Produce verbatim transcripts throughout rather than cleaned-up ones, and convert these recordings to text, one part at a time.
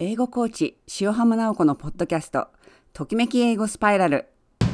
英語コーチ塩浜直子のポッドキャスト、ときめき英語スパイラル。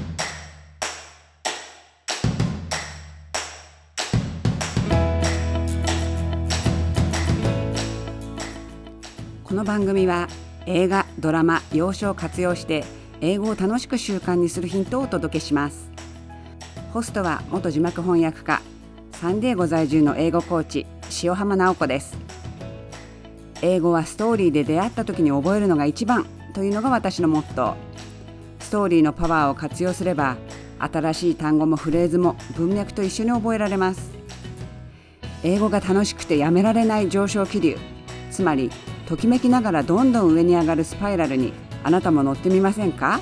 この番組は映画、ドラマ、洋書を活用して英語を楽しく習慣にするヒントをお届けします。ホストは元字幕翻訳家、サンディエゴ在住の英語コーチ塩浜直子です。英語はストーリーで出会った時に覚えるのが一番というのが私のモットー。ストーリーのパワーを活用すれば、新しい単語もフレーズも文脈と一緒に覚えられます。英語が楽しくてやめられない上昇気流、つまりときめきながらどんどん上に上がるスパイラルに、あなたも乗ってみませんか？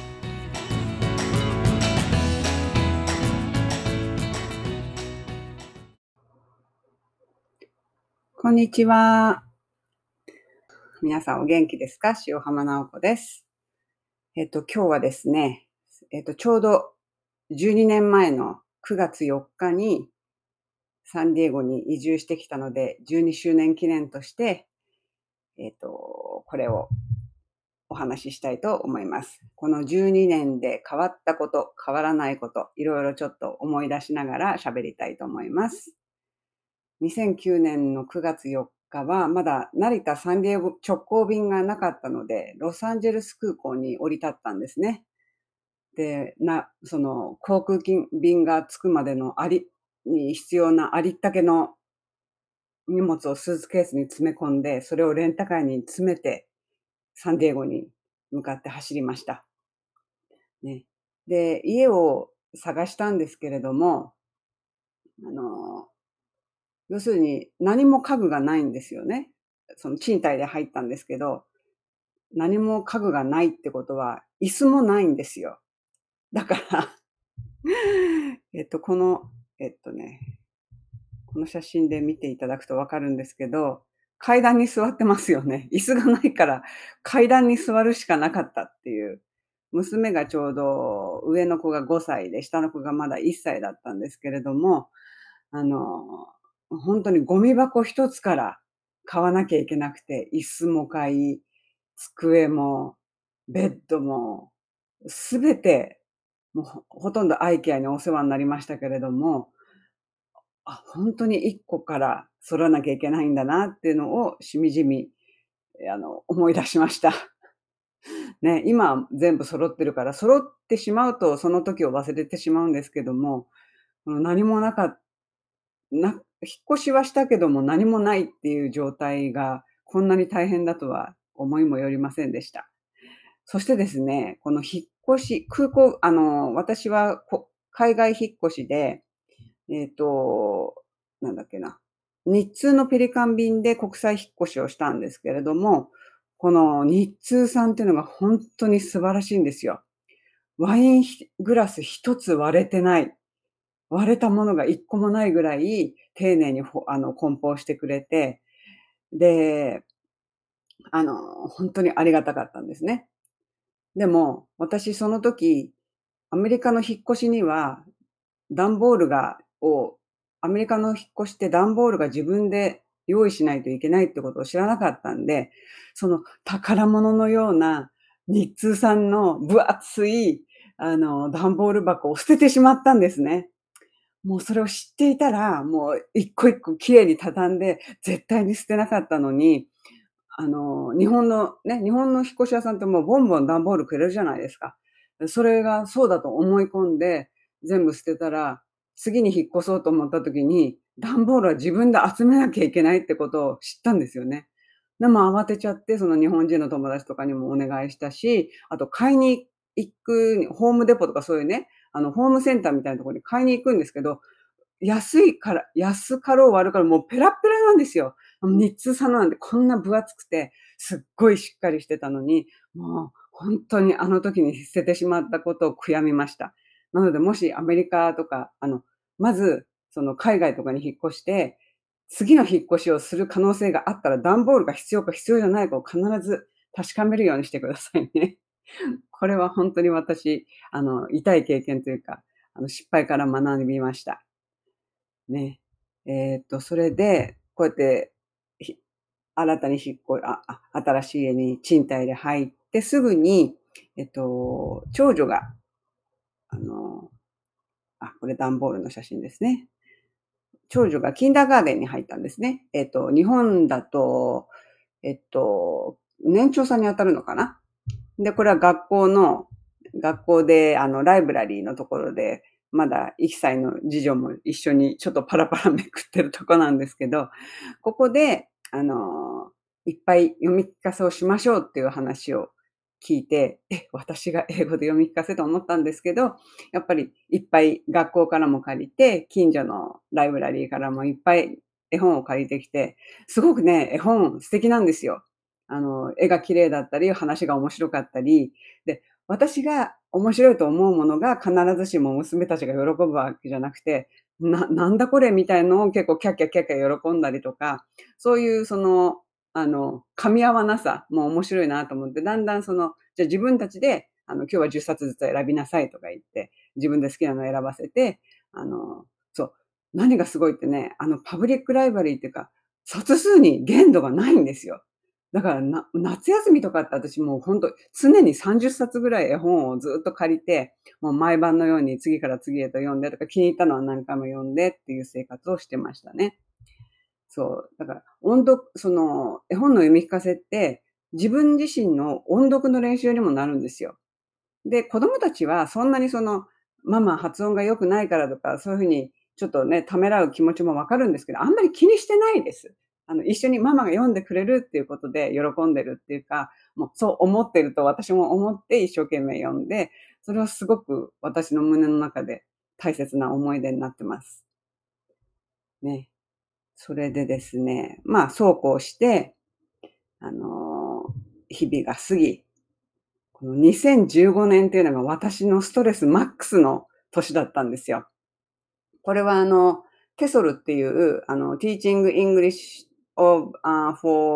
こんにちは。皆さんお元気ですか？塩浜直子です。えっと、今日はですね、えっと、ちょうどじゅうにねんまえのくがつよっかにサンディエゴに移住してきたので、じゅうにしゅうねん記念として、えっと、これをお話ししたいと思います。このじゅうにねんで変わったこと、変わらないこと、いろいろちょっと思い出しながら喋りたいと思います。にせんきゅうねんのくがつよっかはまだ成田サンディエゴ直行便がなかったので、ロサンゼルス空港に降り立ったんですね。で、な、その航空便が着くまでのあり、に必要なありったけの荷物をスーツケースに詰め込んで、それをレンタカーに詰めて、サンディエゴに向かって走りました。ね。で、家を探したんですけれども、あの、要するに何も家具がないんですよね。その賃貸で入ったんですけど、何も家具がないってことは、椅子もないんですよ。だからえっと、この、えっとね、この写真で見ていただくとわかるんですけど、階段に座ってますよね。椅子がないから階段に座るしかなかったっていう。娘がちょうど上の子がごさいで下の子がまだいっさいだったんですけれども、あの、本当にゴミ箱一つから買わなきゃいけなくて、椅子も買い、机も、ベッドも、すべて、もうほほとんどアイケアにお世話になりましたけれども、あ、本当に一個から揃わなきゃいけないんだなっていうのをしみじみ、あの、思い出しました。ね、今全部揃ってるから、揃ってしまうとその時を忘れてしまうんですけども、何もなかな、引っ越しはしたけども何もないっていう状態がこんなに大変だとは思いもよりませんでした。そしてですね、この引っ越し、空港、あの、私はこ海外引っ越しで、えっと、なんだっけな。日通のペリカン便で国際引っ越しをしたんですけれども、この日通さんっていうのが本当に素晴らしいんですよ。ワイングラス一つ割れてない。割れたものが一個もないぐらい丁寧にほあの梱包してくれて、で、あの、本当にありがたかったんですね。でも、私その時、アメリカの引っ越しには、段ボールがをアメリカの引っ越しって段ボールが自分で用意しないといけないってことを知らなかったんで、その宝物のような日通さんの分厚い、あの、段ボール箱を捨ててしまったんですね。もうそれを知っていたら、もう一個一個綺麗に畳んで、絶対に捨てなかったのに、あの、日本のね、日本の引っ越し屋さんってもうボンボン段ボールくれるじゃないですか。それがそうだと思い込んで、全部捨てたら、次に引っ越そうと思った時に、段ボールは自分で集めなきゃいけないってことを知ったんですよね。でも慌てちゃって、その日本人の友達とかにもお願いしたし、あと買いに行く、ホームデポとかそういうね、あの、ホームセンターみたいなところに買いに行くんですけど、安いから、安かろう悪かろう、もうペラッペラなんですよ。日通さんなんでこんな分厚くて、すっごいしっかりしてたのに、もう本当にあの時に捨ててしまったことを悔やみました。なのでもしアメリカとか、あの、まず、その海外とかに引っ越して、次の引っ越しをする可能性があったら、段ボールが必要か必要じゃないかを必ず確かめるようにしてくださいね。これは本当に私、あの、痛い経験というか、あの、失敗から学びました。ね。えっと、それで、こうやって、 新たに引っ越あ、あ、新しい家に賃貸で入ってすぐに、えっと、長女が、あの、あ、これ段ボールの写真ですね。長女がキンダーガーデンに入ったんですね。えっと、日本だと、えっと、年長さんに当たるのかな。で、これは学校の、学校で、あの、ライブラリーのところで、まだいっさいの次女も一緒にちょっとパラパラめくってるとこなんですけど、ここで、あの、いっぱい読み聞かせをしましょうっていう話を聞いて、え、私が英語で読み聞かせと思ったんですけど、やっぱりいっぱい学校からも借りて、近所のライブラリーからもいっぱい絵本を借りてきて、すごくね、絵本素敵なんですよ。あの、絵が綺麗だったり、話が面白かったり、で、私が面白いと思うものが必ずしも娘たちが喜ぶわけじゃなくて、な、なんだこれみたいのを結構キャッキャキャッキャ喜んだりとか、そういうその、あの、噛み合わなさも面白いなと思って、だんだんその、じゃあ自分たちで、あの、今日はじゅっさつずつ選びなさいとか言って、自分で好きなのを選ばせて、あの、そう、何がすごいってね、あの、パブリックライブラリーっていうか、冊数に限度がないんですよ。だからな、夏休みとかって私もう本当常にさんじゅっさつぐらい絵本をずっと借りて、もう毎晩のように次から次へと読んでとか気に入ったのは何回も読んでっていう生活をしてましたね。そう。だから、音読、その、絵本の読み聞かせって、自分自身の音読の練習にもなるんですよ。で、子供たちはそんなにその、ママ発音が良くないからとか、そういうふうにちょっとね、ためらう気持ちもわかるんですけど、あんまり気にしてないです。あの、一緒にママが読んでくれるっていうことで喜んでるっていうか、もうそう思ってると私も思って一生懸命読んで、それはすごく私の胸の中で大切な思い出になってます。ね。それでですね、まあ、そうこうして、あのー日々が過ぎ、このにせんじゅうごねんっていうのが私のストレスマックスの年だったんですよ。これはあの、テソルっていう、あの、Teaching English of, uh,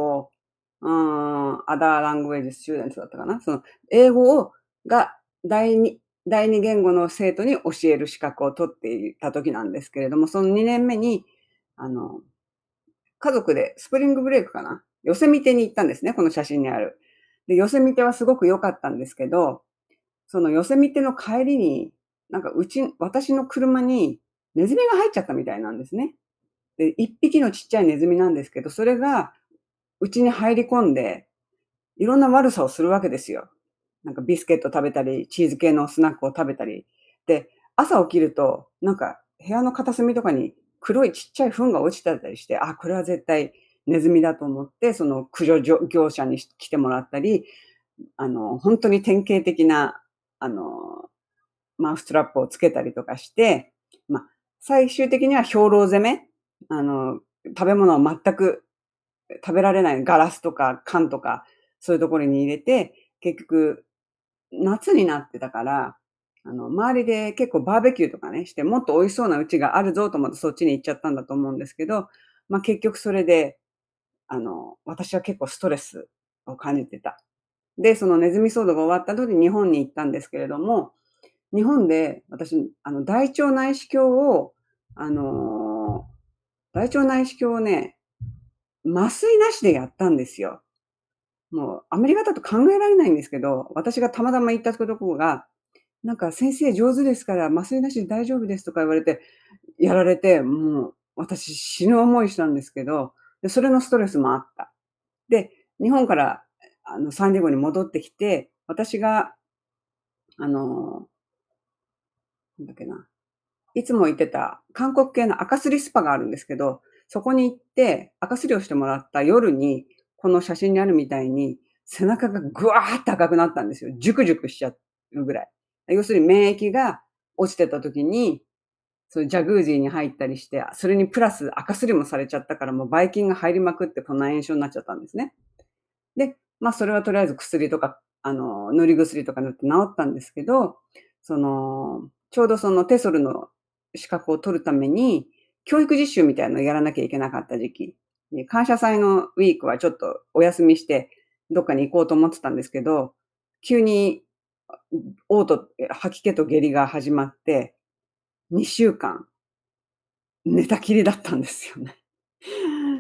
for、uh, Other Language Students だったかな。その、英語を、が第二、第二言語の生徒に教える資格を取っていた時なんですけれども、そのにねんめに、あの、家族でスプリングブレイクかな、ヨセミテに行ったんですね、この写真にある。で、ヨセミテはすごく良かったんですけど、そのヨセミテの帰りに、なんかうち、私の車にネズミが入っちゃったみたいなんですね。で、一匹のちっちゃいネズミなんですけど、それがうちに入り込んで、いろんな悪さをするわけですよ。なんかビスケット食べたり、チーズ系のスナックを食べたり。で、朝起きると、なんか部屋の片隅とかに黒いちっちゃい糞が落ちてたりして、あ、これは絶対ネズミだと思って、その駆除業者に来てもらったり、あの、本当に典型的な、あの、マウストラップをつけたりとかして、まあ、最終的には兵糧攻め、あの、食べ物を全く食べられないガラスとか缶とか、そういうところに入れて、結局、夏になってたから、あの、周りで結構バーベキューとかね、して、もっと美味しそうなうちがあるぞと思ってそっちに行っちゃったんだと思うんですけど、まあ結局それで、あの、私は結構ストレスを感じてた。で、そのネズミ騒動が終わった後に日本に行ったんですけれども、日本で私、あの、大腸内視鏡を、あのー大腸内視鏡をね、麻酔なしでやったんですよ。もうアメリカだと考えられないんですけど、私がたまたま行ったところが、なんか先生上手ですから麻酔なしで大丈夫ですとか言われて、やられて、もう私死ぬ思いしたんですけど、で、それのストレスもあった。で、日本からあのサンディエゴに戻ってきて、私が、あの、なんだっけな、いつも行ってた韓国系の赤すりスパがあるんですけど、そこに行って赤すりをしてもらった夜に、この写真にあるみたいに背中がぐわーって赤くなったんですよ。ジュクジュクしちゃうぐらい。要するに免疫が落ちてた時に、そういうジャグージーに入ったりして、それにプラス赤すりもされちゃったからもうばい菌が入りまくってこんな炎症になっちゃったんですね。で、まあそれはとりあえず薬とか、あの、塗り薬とか塗って治ったんですけど、その、ちょうどそのテソルの資格を取るために、教育実習みたいなのをやらなきゃいけなかった時期。で感謝祭のウィークはちょっとお休みして、どっかに行こうと思ってたんですけど、急に、嘔吐、吐き気と下痢が始まって、にしゅうかん寝たきりだったんですよね。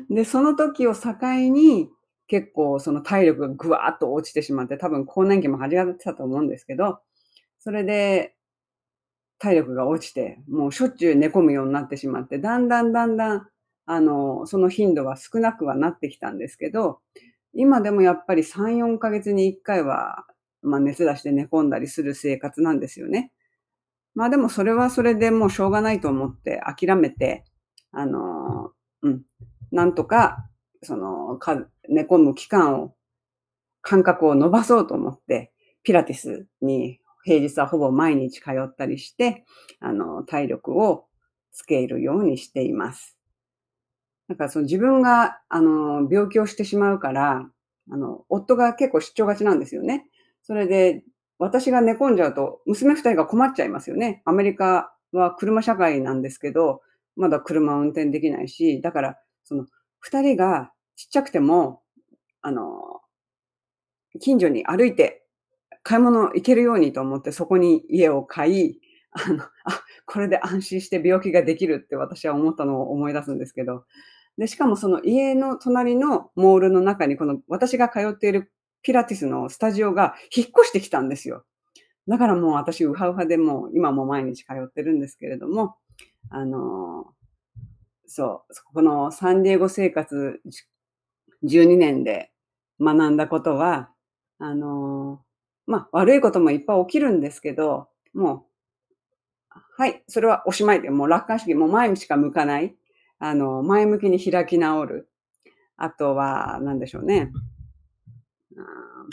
で、その時を境に、結構その体力がぐわーっと落ちてしまって、多分更年期も始まってたと思うんですけど、それで体力が落ちて、もうしょっちゅう寝込むようになってしまって、だんだんだんだん、あの、その頻度は少なくはなってきたんですけど、今でもやっぱりさん、よんかげつにいっかいは、まあ、熱出して寝込んだりする生活なんですよね。まあ、でもそれはそれでもうしょうがないと思って諦めて、あの、うん、なんとか、その、か寝込む期間を間隔を伸ばそうと思って、ピラティスに平日はほぼ毎日通ったりして、あの、体力をつけるようにしています。だからその自分が、あの、病気をしてしまうから、あの、夫が結構出張がちなんですよね。それで、私が寝込んじゃうと、娘二人が困っちゃいますよね。アメリカは車社会なんですけど、まだ車を運転できないし、だから、その、二人がちっちゃくても、あの、近所に歩いて買い物行けるようにと思ってそこに家を買い、あの、あ、これで安心して病気ができるって私は思ったのを思い出すんですけど。で、しかもその家の隣のモールの中にこの私が通っているピラティスのスタジオが引っ越してきたんですよ。だからもう私ウハウハでもう今も毎日通ってるんですけれども、あの、そう、このサンディエゴ生活じゅうにねんで学んだことは、あの、まあ、悪いこともいっぱい起きるんですけど、もう、はい、それはおしまいで、もう楽観主義、もう前しか向かない。あの、前向きに開き直る。あとは、なんでしょうね。あ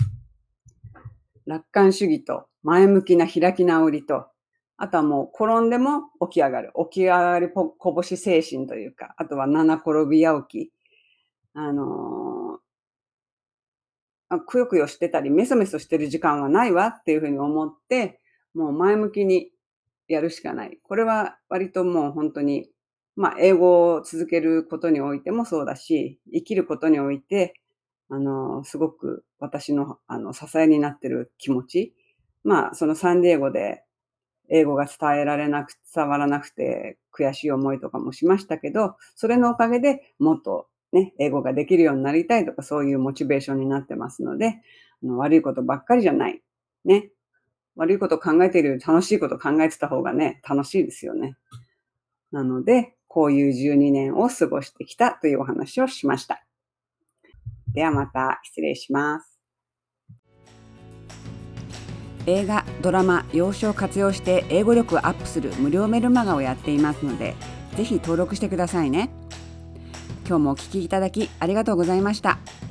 楽観主義と前向きな開き直りと、あとはもう転んでも起き上がる。起き上がりこぼし精神というか、あとは七転び八起き。あのあ、くよくよしてたり、メソメソしてる時間はないわっていうふうに思って、もう前向きにやるしかない。これは割ともう本当に、まあ、英語を続けることにおいてもそうだし、生きることにおいて、あの、すごく私の、あの、支えになってる気持ち。まあ、そのサンディエゴで英語が伝えられなく、伝わらなくて悔しい思いとかもしましたけど、それのおかげでもっとね、英語ができるようになりたいとかそういうモチベーションになってますので、あの悪いことばっかりじゃない。ね。悪いこと考えているより楽しいこと考えてた方がね、楽しいですよね。なので、こういうじゅうにねんを過ごしてきたというお話をしました。ではまた失礼します。映画、ドラマ、洋書を活用して英語力をアップする無料メルマガをやっていますので、ぜひ登録してくださいね。今日もお聞きいただきありがとうございました。